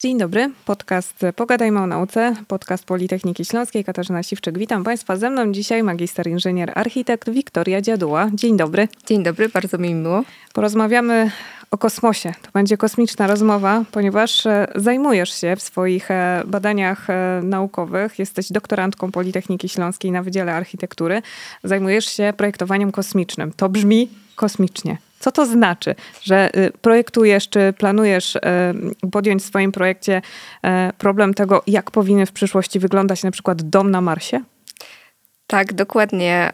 Dzień dobry, podcast Pogadajmy o nauce, podcast Politechniki Śląskiej. Katarzyna Siwczyk, witam Państwa. Ze mną dzisiaj magister inżynier architekt Wiktoria Dziaduła. Dzień dobry. Dzień dobry, bardzo mi miło. Porozmawiamy o kosmosie. To będzie kosmiczna rozmowa, ponieważ zajmujesz się w swoich badaniach naukowych, jesteś doktorantką Politechniki Śląskiej na Wydziale Architektury, zajmujesz się projektowaniem kosmicznym. To brzmi kosmicznie. Co to znaczy, że projektujesz, czy planujesz podjąć w swoim projekcie problem tego, jak powinien w przyszłości wyglądać na przykład dom na Marsie? Tak, dokładnie.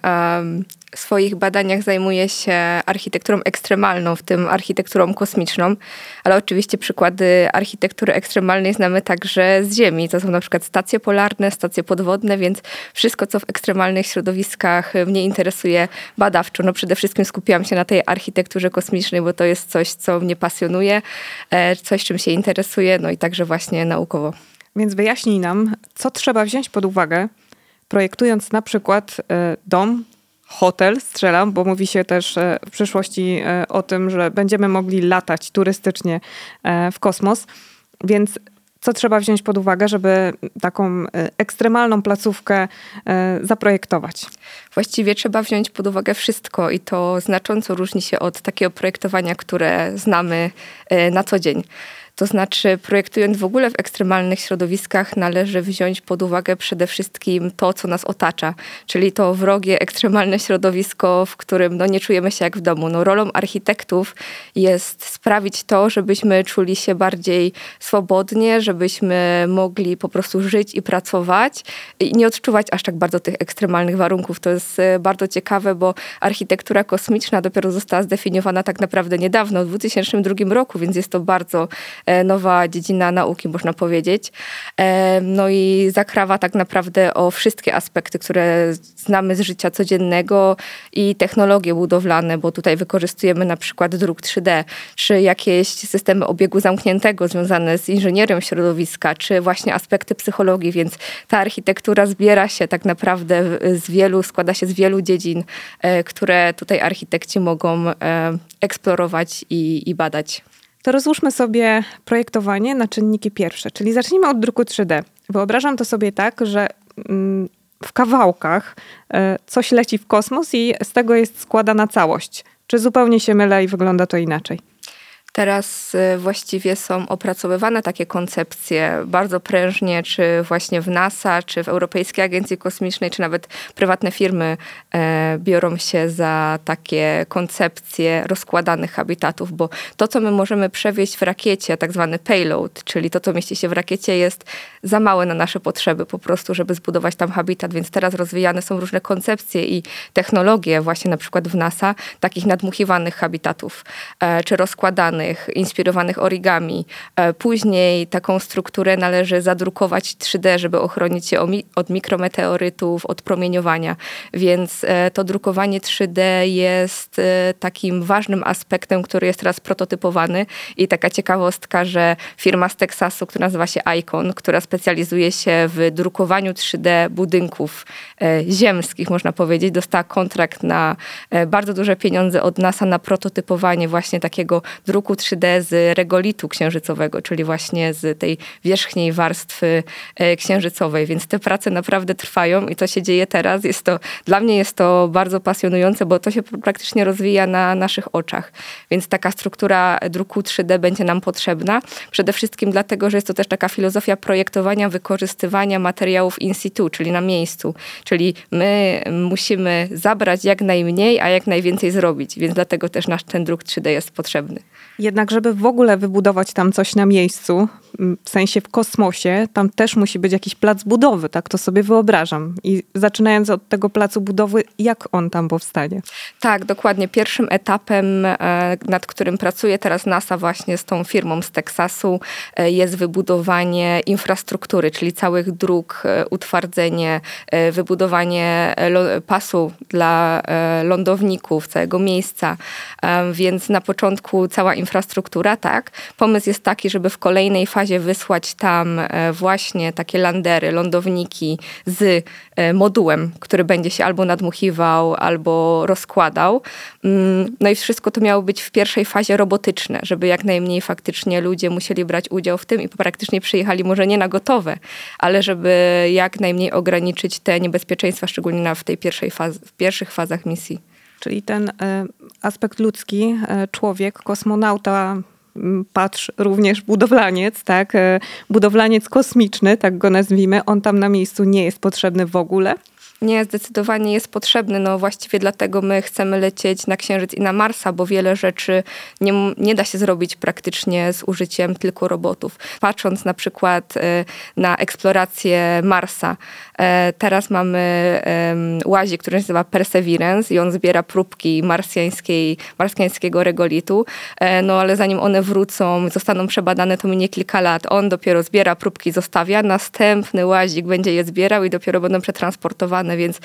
W swoich badaniach zajmuję się architekturą ekstremalną, w tym architekturą kosmiczną, ale oczywiście przykłady architektury ekstremalnej znamy także z Ziemi. To są na przykład stacje polarne, stacje podwodne, więc wszystko, co w ekstremalnych środowiskach mnie interesuje badawczo. No przede wszystkim skupiłam się na tej architekturze kosmicznej, bo to jest coś, co mnie pasjonuje, coś, czym się interesuję, no i także właśnie naukowo. Więc wyjaśnij nam, co trzeba wziąć pod uwagę, projektując na przykład dom, hotel, strzelam, bo mówi się też w przyszłości o tym, że będziemy mogli latać turystycznie w kosmos. Więc co trzeba wziąć pod uwagę, żeby taką ekstremalną placówkę zaprojektować? Właściwie trzeba wziąć pod uwagę wszystko i to znacząco różni się od takiego projektowania, które znamy na co dzień. To znaczy, projektując w ogóle w ekstremalnych środowiskach, należy wziąć pod uwagę przede wszystkim to, co nas otacza, czyli to wrogie, ekstremalne środowisko, w którym nie czujemy się jak w domu. Rolą architektów jest sprawić to, żebyśmy czuli się bardziej swobodnie, żebyśmy mogli po prostu żyć i pracować i nie odczuwać aż tak bardzo tych ekstremalnych warunków. To jest bardzo ciekawe, bo architektura kosmiczna dopiero została zdefiniowana tak naprawdę niedawno, w 2002 roku, więc jest to bardzo nowa dziedzina nauki, można powiedzieć. No i zakrawa tak naprawdę o wszystkie aspekty, które znamy z życia codziennego i technologie budowlane, bo tutaj wykorzystujemy na przykład druk 3D, czy jakieś systemy obiegu zamkniętego związane z inżynierią środowiska, czy właśnie aspekty psychologii, więc ta architektura zbiera się tak naprawdę składa się z wielu dziedzin, które tutaj architekci mogą eksplorować i badać. To rozłóżmy sobie projektowanie na czynniki pierwsze, czyli zacznijmy od druku 3D. Wyobrażam to sobie tak, że w kawałkach coś leci w kosmos i z tego jest składana całość. Czy zupełnie się mylę i wygląda to inaczej? Teraz właściwie są opracowywane takie koncepcje bardzo prężnie, czy właśnie w NASA, czy w Europejskiej Agencji Kosmicznej, czy nawet prywatne firmy biorą się za takie koncepcje rozkładanych habitatów, bo to, co my możemy przewieźć w rakiecie, tak zwany payload, czyli to, co mieści się w rakiecie, jest za małe na nasze potrzeby po prostu, żeby zbudować tam habitat, więc teraz rozwijane są różne koncepcje i technologie właśnie na przykład w NASA, takich nadmuchiwanych habitatów, czy rozkładanych, inspirowanych origami. Później taką strukturę należy zadrukować 3D, żeby ochronić się od mikrometeorytów, od promieniowania. Więc to drukowanie 3D jest takim ważnym aspektem, który jest teraz prototypowany. I taka ciekawostka, że firma z Teksasu, która nazywa się Icon, która specjalizuje się w drukowaniu 3D budynków ziemskich, można powiedzieć, dostała kontrakt na bardzo duże pieniądze od NASA na prototypowanie właśnie takiego druku 3D z regolitu księżycowego, czyli właśnie z tej wierzchniej warstwy księżycowej. Więc te prace naprawdę trwają i to się dzieje teraz. Dla mnie jest to bardzo pasjonujące, bo to się praktycznie rozwija na naszych oczach. Więc taka struktura druku 3D będzie nam potrzebna. Przede wszystkim dlatego, że jest to też taka filozofia projektowania, wykorzystywania materiałów in situ, czyli na miejscu. Czyli my musimy zabrać jak najmniej, a jak najwięcej zrobić. Więc dlatego też nasz ten druk 3D jest potrzebny. Jednak, żeby w ogóle wybudować tam coś na miejscu, w sensie w kosmosie, tam też musi być jakiś plac budowy, tak to sobie wyobrażam. I zaczynając od tego placu budowy, jak on tam powstanie? Tak, dokładnie. Pierwszym etapem, nad którym pracuje teraz NASA właśnie z tą firmą z Teksasu, jest wybudowanie infrastruktury, czyli całych dróg, utwardzenie, wybudowanie pasu dla lądowników, całego miejsca. Więc na początku cała infrastruktura, tak. Pomysł jest taki, żeby w kolejnej fazie fazie wysłać tam właśnie takie landery, lądowniki z modułem, który będzie się albo nadmuchiwał, albo rozkładał. No i wszystko to miało być w pierwszej fazie robotyczne, żeby jak najmniej faktycznie ludzie musieli brać udział w tym i praktycznie przyjechali może nie na gotowe, ale żeby jak najmniej ograniczyć te niebezpieczeństwa, szczególnie w tej w pierwszych fazach misji. Czyli ten aspekt ludzki, człowiek, kosmonauta, patrz również budowlaniec, tak? Budowlaniec kosmiczny, tak go nazwijmy, on tam na miejscu nie jest potrzebny w ogóle? Nie, zdecydowanie jest potrzebny. No właściwie dlatego my chcemy lecieć na Księżyc i na Marsa, bo wiele rzeczy nie da się zrobić praktycznie z użyciem tylko robotów. Patrząc na przykład na eksplorację Marsa, teraz mamy łazik, który się nazywa Perseverance i on zbiera próbki marsjańskiego regolitu, no ale zanim one wrócą, zostaną przebadane, to minie kilka lat. On dopiero zbiera próbki, zostawia, następny łazik będzie je zbierał i dopiero będą przetransportowane, więc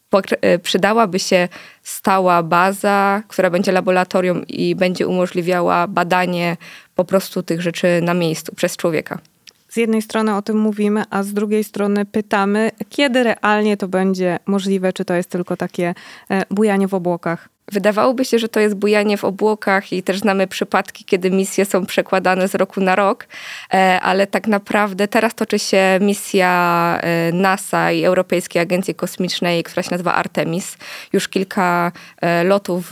przydałaby się stała baza, która będzie laboratorium i będzie umożliwiała badanie po prostu tych rzeczy na miejscu przez człowieka. Z jednej strony o tym mówimy, a z drugiej strony pytamy, kiedy realnie to będzie możliwe, czy to jest tylko takie bujanie w obłokach? Wydawałoby się, że to jest bujanie w obłokach i też znamy przypadki, kiedy misje są przekładane z roku na rok, ale tak naprawdę teraz toczy się misja NASA i Europejskiej Agencji Kosmicznej, która się nazywa Artemis. Już kilka lotów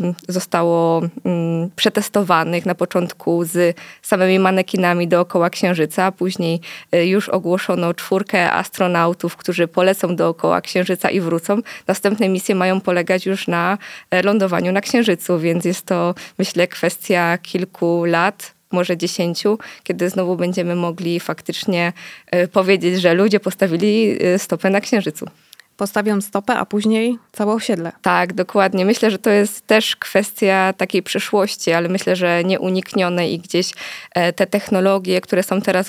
zostało przetestowanych, na początku z samymi manekinami dookoła Księżyca, a później już ogłoszono 4 astronautów, którzy polecą dookoła Księżyca i wrócą. Następne misje mają polegać już na lądowaniu na Księżycu, więc jest to, myślę, kwestia kilku lat, może 10, kiedy znowu będziemy mogli faktycznie powiedzieć, że ludzie postawili stopę na Księżycu. Postawią stopę, a później całe osiedle. Tak, dokładnie. Myślę, że to jest też kwestia takiej przyszłości, ale myślę, że nieuniknionej i gdzieś te technologie, które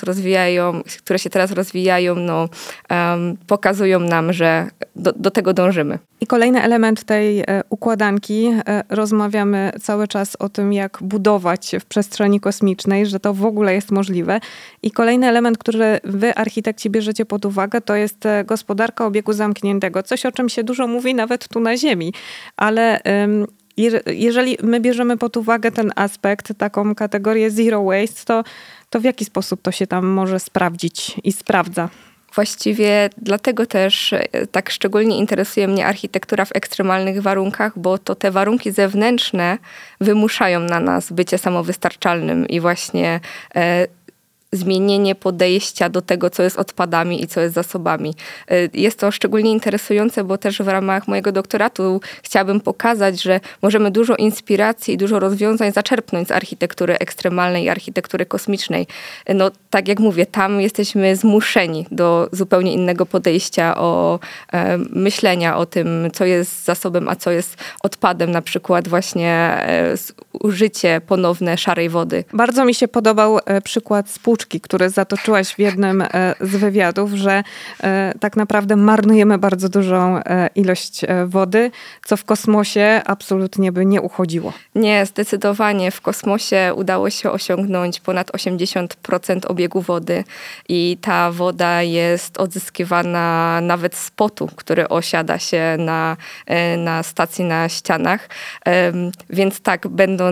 się teraz rozwijają, pokazują nam, że do tego dążymy. I kolejny element tej układanki. Rozmawiamy cały czas o tym, jak budować w przestrzeni kosmicznej, że to w ogóle jest możliwe. I kolejny element, który wy, architekci, bierzecie pod uwagę, to jest gospodarka obiegu zamkniętego. Coś, o czym się dużo mówi nawet tu na Ziemi. Ale jeżeli my bierzemy pod uwagę ten aspekt, taką kategorię zero waste, to w jaki sposób to się tam może sprawdzić i sprawdza? Właściwie dlatego też tak szczególnie interesuje mnie architektura w ekstremalnych warunkach, bo to te warunki zewnętrzne wymuszają na nas bycie samowystarczalnym i właśnie zmienienie podejścia do tego, co jest odpadami i co jest zasobami. Jest to szczególnie interesujące, bo też w ramach mojego doktoratu chciałabym pokazać, że możemy dużo inspiracji i dużo rozwiązań zaczerpnąć z architektury ekstremalnej i architektury kosmicznej. No, tak jak mówię, tam jesteśmy zmuszeni do zupełnie innego podejścia, myślenia o tym, co jest zasobem, a co jest odpadem, na przykład właśnie użycie ponowne szarej wody. Bardzo mi się podobał przykład spłuczki, który zatoczyłaś w jednym z wywiadów, że tak naprawdę marnujemy bardzo dużą ilość wody, co w kosmosie absolutnie by nie uchodziło. Nie, zdecydowanie. W kosmosie udało się osiągnąć ponad 80% obiegu wody i ta woda jest odzyskiwana nawet z potu, który osiada się na stacji na ścianach. Więc tak,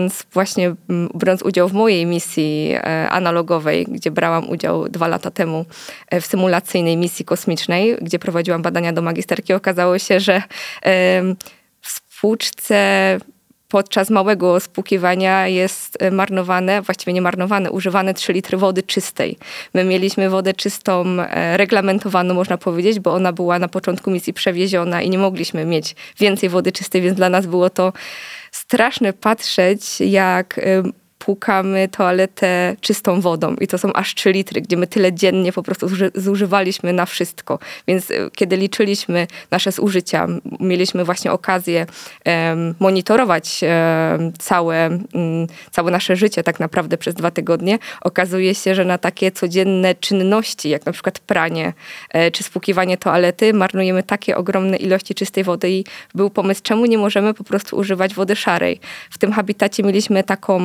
biorąc udział w mojej misji analogowej, gdzie brałam udział 2 lata temu w symulacyjnej misji kosmicznej, gdzie prowadziłam badania do magisterki, okazało się, że w spłuczce podczas małego spłukiwania jest używane 3 litry wody czystej. My mieliśmy wodę czystą, reglamentowaną, można powiedzieć, bo ona była na początku misji przewieziona i nie mogliśmy mieć więcej wody czystej, więc dla nas było to straszne patrzeć, jak płukamy toaletę czystą wodą i to są aż 3 litry, gdzie my tyle dziennie po prostu zużywaliśmy na wszystko. Więc kiedy liczyliśmy nasze zużycia, mieliśmy właśnie okazję monitorować całe nasze życie tak naprawdę przez 2 tygodnie. Okazuje się, że na takie codzienne czynności, jak na przykład pranie czy spłukiwanie toalety, marnujemy takie ogromne ilości czystej wody i był pomysł, czemu nie możemy po prostu używać wody szarej. W tym habitacie mieliśmy taką możliwość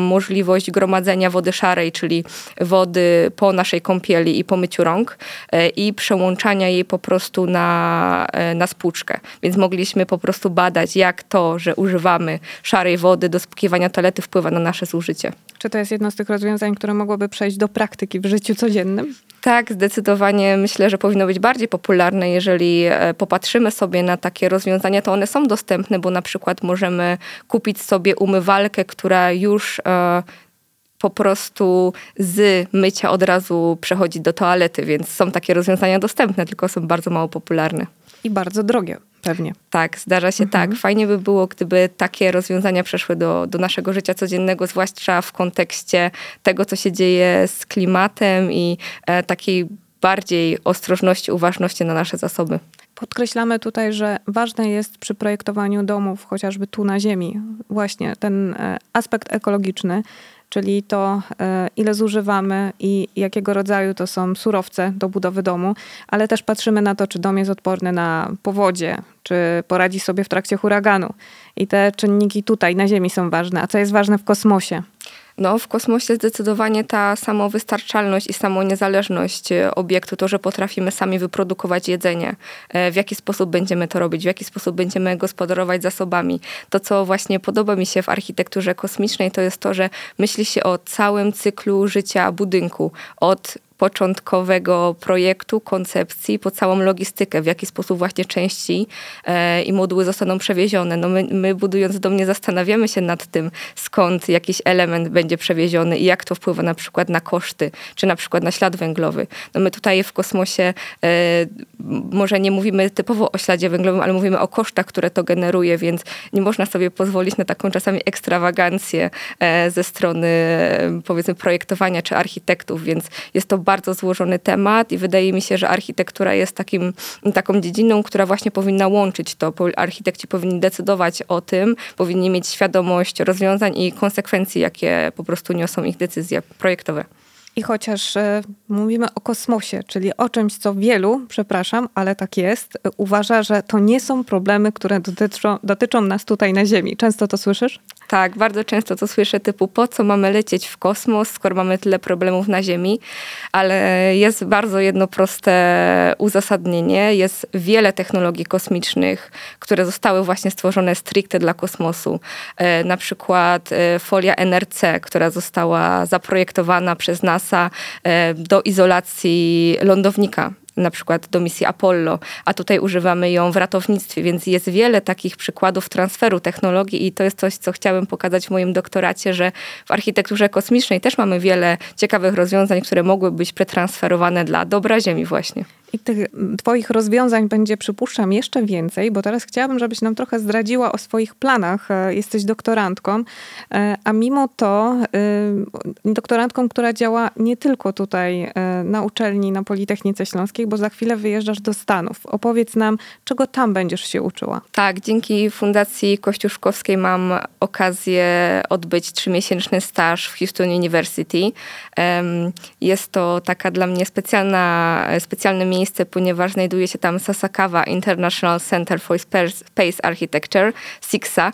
możliwość gromadzenia wody szarej, czyli wody po naszej kąpieli i po myciu rąk i przełączania jej po prostu na spłuczkę. Więc mogliśmy po prostu badać, jak to, że używamy szarej wody do spłukiwania toalety wpływa na nasze zużycie. Czy to jest jedno z tych rozwiązań, które mogłoby przejść do praktyki w życiu codziennym? Tak, zdecydowanie myślę, że powinno być bardziej popularne. Jeżeli popatrzymy sobie na takie rozwiązania, to one są dostępne, bo na przykład możemy kupić sobie umywalkę, która już po prostu z mycia od razu przechodzi do toalety, więc są takie rozwiązania dostępne, tylko są bardzo mało popularne. I bardzo drogie pewnie. Tak, zdarza się tak. Fajnie by było, gdyby takie rozwiązania przeszły do naszego życia codziennego, zwłaszcza w kontekście tego, co się dzieje z klimatem i takiej bardziej ostrożności, uważności na nasze zasoby. Podkreślamy tutaj, że ważne jest przy projektowaniu domów, chociażby tu na ziemi, właśnie ten aspekt ekologiczny, czyli to, ile zużywamy i jakiego rodzaju to są surowce do budowy domu, ale też patrzymy na to, czy dom jest odporny na powodzie, czy poradzi sobie w trakcie huraganu. I te czynniki tutaj na ziemi są ważne. A co jest ważne w kosmosie? No, w kosmosie zdecydowanie ta samowystarczalność i samoniezależność obiektu, to, że potrafimy sami wyprodukować jedzenie, w jaki sposób będziemy to robić, w jaki sposób będziemy gospodarować zasobami. To, co właśnie podoba mi się w architekturze kosmicznej, to jest to, że myśli się o całym cyklu życia budynku, od początkowego projektu, koncepcji, po całą logistykę, w jaki sposób właśnie części i moduły zostaną przewiezione. No my budując dom nie zastanawiamy się nad tym, skąd jakiś element będzie przewieziony i jak to wpływa na przykład na koszty, czy na przykład na ślad węglowy. No my tutaj w kosmosie może nie mówimy typowo o śladzie węglowym, ale mówimy o kosztach, które to generuje, więc nie można sobie pozwolić na taką czasami ekstrawagancję ze strony powiedzmy projektowania czy architektów, więc jest to bardzo złożony temat i wydaje mi się, że architektura jest taką dziedziną, która właśnie powinna łączyć to. Architekci powinni decydować o tym, powinni mieć świadomość rozwiązań i konsekwencji, jakie po prostu niosą ich decyzje projektowe. I chociaż mówimy o kosmosie, czyli o czymś, co wielu, przepraszam, ale tak jest, uważa, że to nie są problemy, które dotyczą nas tutaj na Ziemi. Często to słyszysz? Tak, bardzo często to słyszę typu, po co mamy lecieć w kosmos, skoro mamy tyle problemów na Ziemi, ale jest bardzo jedno proste uzasadnienie. Jest wiele technologii kosmicznych, które zostały właśnie stworzone stricte dla kosmosu. Na przykład folia NRC, która została zaprojektowana przez NASA do izolacji lądownika, na przykład do misji Apollo, a tutaj używamy ją w ratownictwie, więc jest wiele takich przykładów transferu technologii i to jest coś, co chciałem pokazać w moim doktoracie, że w architekturze kosmicznej też mamy wiele ciekawych rozwiązań, które mogłyby być przetransferowane dla dobra Ziemi właśnie. I tych twoich rozwiązań będzie, przypuszczam, jeszcze więcej, bo teraz chciałabym, żebyś nam trochę zdradziła o swoich planach. Jesteś doktorantką, a mimo to doktorantką, która działa nie tylko tutaj na uczelni, na Politechnice Śląskiej, bo za chwilę wyjeżdżasz do Stanów. Opowiedz nam, czego tam będziesz się uczyła. Tak, dzięki Fundacji Kościuszkowskiej mam okazję odbyć 3-miesięczny staż w Houston University. Jest to taka dla mnie specjalne miejsce, ponieważ znajduje się tam Sasakawa International Center for Space Architecture, SIXA.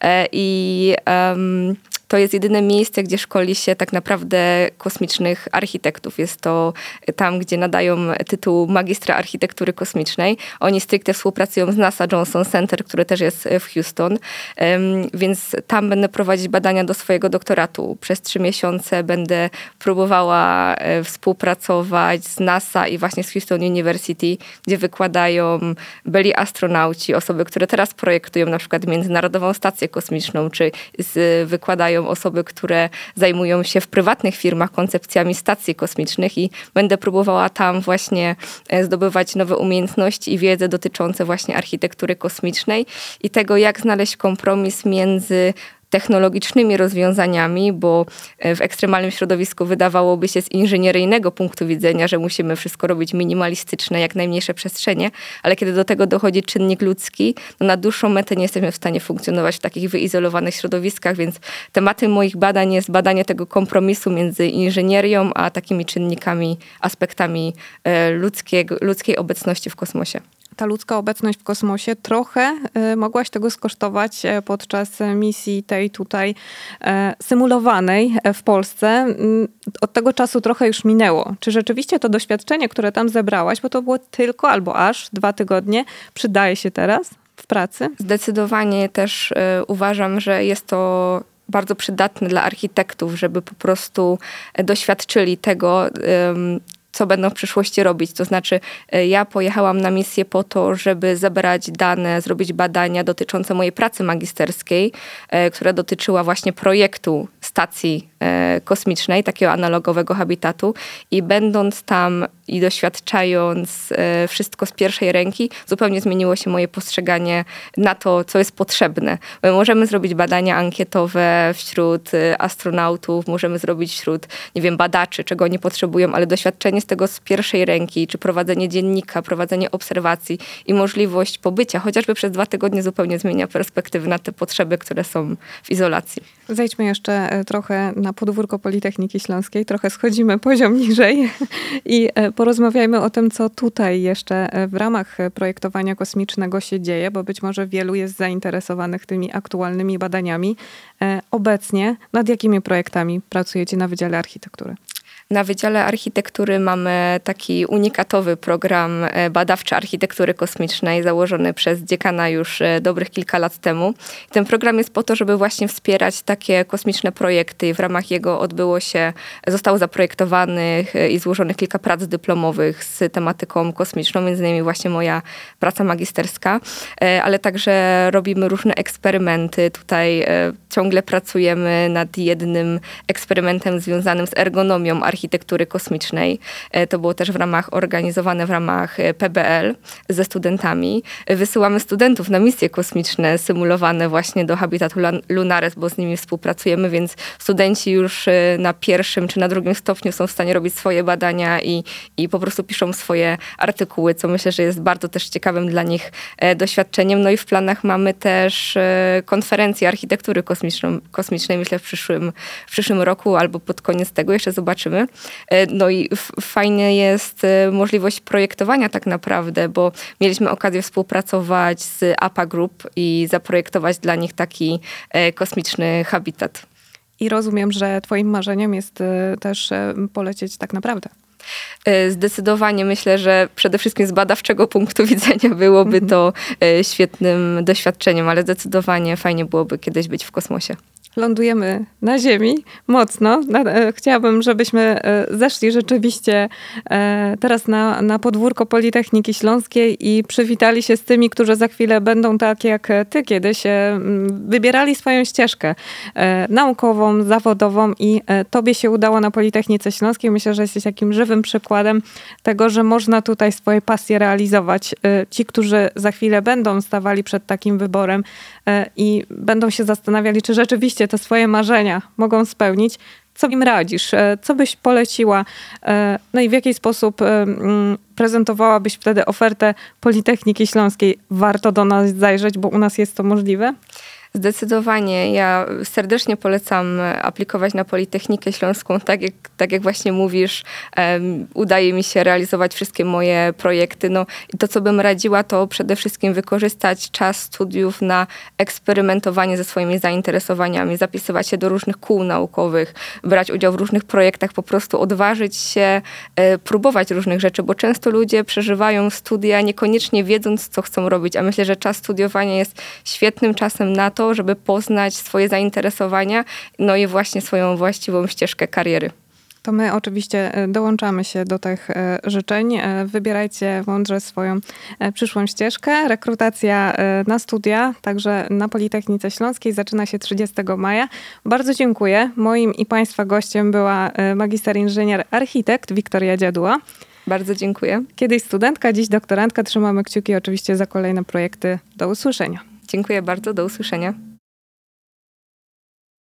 To jest jedyne miejsce, gdzie szkoli się tak naprawdę kosmicznych architektów. Jest to tam, gdzie nadają tytuł magistra architektury kosmicznej. Oni stricte współpracują z NASA Johnson Center, które też jest w Houston. Więc tam będę prowadzić badania do swojego doktoratu. Przez 3 miesiące będę próbowała współpracować z NASA i właśnie z Houston University, gdzie wykładają byli astronauci, osoby, które teraz projektują na przykład Międzynarodową Stację Kosmiczną, czy wykładają osoby, które zajmują się w prywatnych firmach koncepcjami stacji kosmicznych i będę próbowała tam właśnie zdobywać nowe umiejętności i wiedzę dotyczące właśnie architektury kosmicznej i tego, jak znaleźć kompromis między technologicznymi rozwiązaniami, bo w ekstremalnym środowisku wydawałoby się z inżynieryjnego punktu widzenia, że musimy wszystko robić minimalistyczne, jak najmniejsze przestrzenie, ale kiedy do tego dochodzi czynnik ludzki, no na dłuższą metę nie jesteśmy w stanie funkcjonować w takich wyizolowanych środowiskach, więc tematem moich badań jest badanie tego kompromisu między inżynierią, a takimi czynnikami, aspektami ludzkiej obecności w kosmosie. ta ludzka obecność w kosmosie, trochę mogłaś tego skosztować podczas misji tej tutaj symulowanej w Polsce. Od tego czasu trochę już minęło. Czy rzeczywiście to doświadczenie, które tam zebrałaś, bo to było tylko albo aż 2 tygodnie, przydaje się teraz w pracy? Zdecydowanie też uważam, że jest to bardzo przydatne dla architektów, żeby po prostu doświadczyli tego, co będą w przyszłości robić. To znaczy, ja pojechałam na misję po to, żeby zebrać dane, zrobić badania dotyczące mojej pracy magisterskiej, która dotyczyła właśnie projektu stacji kosmicznej, takiego analogowego habitatu. I będąc tam i doświadczając wszystko z pierwszej ręki, zupełnie zmieniło się moje postrzeganie na to, co jest potrzebne. My możemy zrobić badania ankietowe wśród astronautów, możemy zrobić wśród, nie wiem, badaczy, czego oni potrzebują, ale doświadczenie z tego z pierwszej ręki, czy prowadzenie dziennika, prowadzenie obserwacji i możliwość pobycia, chociażby przez 2 tygodnie, zupełnie zmienia perspektywy na te potrzeby, które są w izolacji. Zejdźmy jeszcze trochę na podwórko Politechniki Śląskiej, trochę schodzimy poziom niżej i porozmawiajmy o tym, co tutaj jeszcze w ramach projektowania kosmicznego się dzieje, bo być może wielu jest zainteresowanych tymi aktualnymi badaniami. Obecnie nad jakimi projektami pracujecie na Wydziale Architektury? Na Wydziale Architektury mamy taki unikatowy program badawczy architektury kosmicznej założony przez dziekana już dobrych kilka lat temu. Ten program jest po to, żeby właśnie wspierać takie kosmiczne projekty. W ramach jego zostało zaprojektowanych i złożonych kilka prac dyplomowych z tematyką kosmiczną, między innymi właśnie moja praca magisterska, ale także robimy różne eksperymenty. Tutaj ciągle pracujemy nad jednym eksperymentem związanym z ergonomią architektury kosmicznej. To było też organizowane w ramach PBL ze studentami. Wysyłamy studentów na misje kosmiczne symulowane właśnie do habitatu Lunares, bo z nimi współpracujemy, więc studenci już na 1. czy na 2. stopniu są w stanie robić swoje badania i po prostu piszą swoje artykuły, co myślę, że jest bardzo też ciekawym dla nich doświadczeniem. No i w planach mamy też konferencję architektury kosmicznej, myślę w przyszłym roku albo pod koniec tego, jeszcze zobaczymy. No i fajnie jest możliwość projektowania tak naprawdę, bo mieliśmy okazję współpracować z APA Group i zaprojektować dla nich taki kosmiczny habitat. I rozumiem, że twoim marzeniem jest też polecieć tak naprawdę. Zdecydowanie myślę, że przede wszystkim z badawczego punktu widzenia byłoby to świetnym doświadczeniem, ale zdecydowanie fajnie byłoby kiedyś być w kosmosie. Lądujemy na Ziemi mocno. Chciałabym, żebyśmy zeszli rzeczywiście teraz na podwórko Politechniki Śląskiej i przywitali się z tymi, którzy za chwilę będą tak jak ty kiedyś wybierali swoją ścieżkę naukową, zawodową i tobie się udało na Politechnice Śląskiej. Myślę, że jesteś takim żywym przykładem tego, że można tutaj swoje pasje realizować. Ci, którzy za chwilę będą stawali przed takim wyborem i będą się zastanawiali, czy rzeczywiście te swoje marzenia mogą spełnić. Co im radzisz? Co byś poleciła? No i w jaki sposób prezentowałabyś wtedy ofertę Politechniki Śląskiej? Warto do nas zajrzeć, bo u nas jest to możliwe? Zdecydowanie. Ja serdecznie polecam aplikować na Politechnikę Śląską. Tak jak właśnie mówisz, udaje mi się realizować wszystkie moje projekty. No i to, co bym radziła, to przede wszystkim wykorzystać czas studiów na eksperymentowanie ze swoimi zainteresowaniami, zapisywać się do różnych kół naukowych, brać udział w różnych projektach, po prostu odważyć się, próbować różnych rzeczy, bo często ludzie przeżywają studia niekoniecznie wiedząc, co chcą robić, a myślę, że czas studiowania jest świetnym czasem na to, żeby poznać swoje zainteresowania, no i właśnie swoją właściwą ścieżkę kariery. To my oczywiście dołączamy się do tych życzeń. Wybierajcie mądrze swoją przyszłą ścieżkę. Rekrutacja na studia, także na Politechnice Śląskiej, zaczyna się 30 maja. Bardzo dziękuję. Moim i Państwa gościem była magister inżynier architekt Wiktoria Dziaduła. Bardzo dziękuję. Kiedyś studentka, dziś doktorantka. Trzymamy kciuki oczywiście za kolejne projekty. Do usłyszenia. Dziękuję bardzo. Do usłyszenia.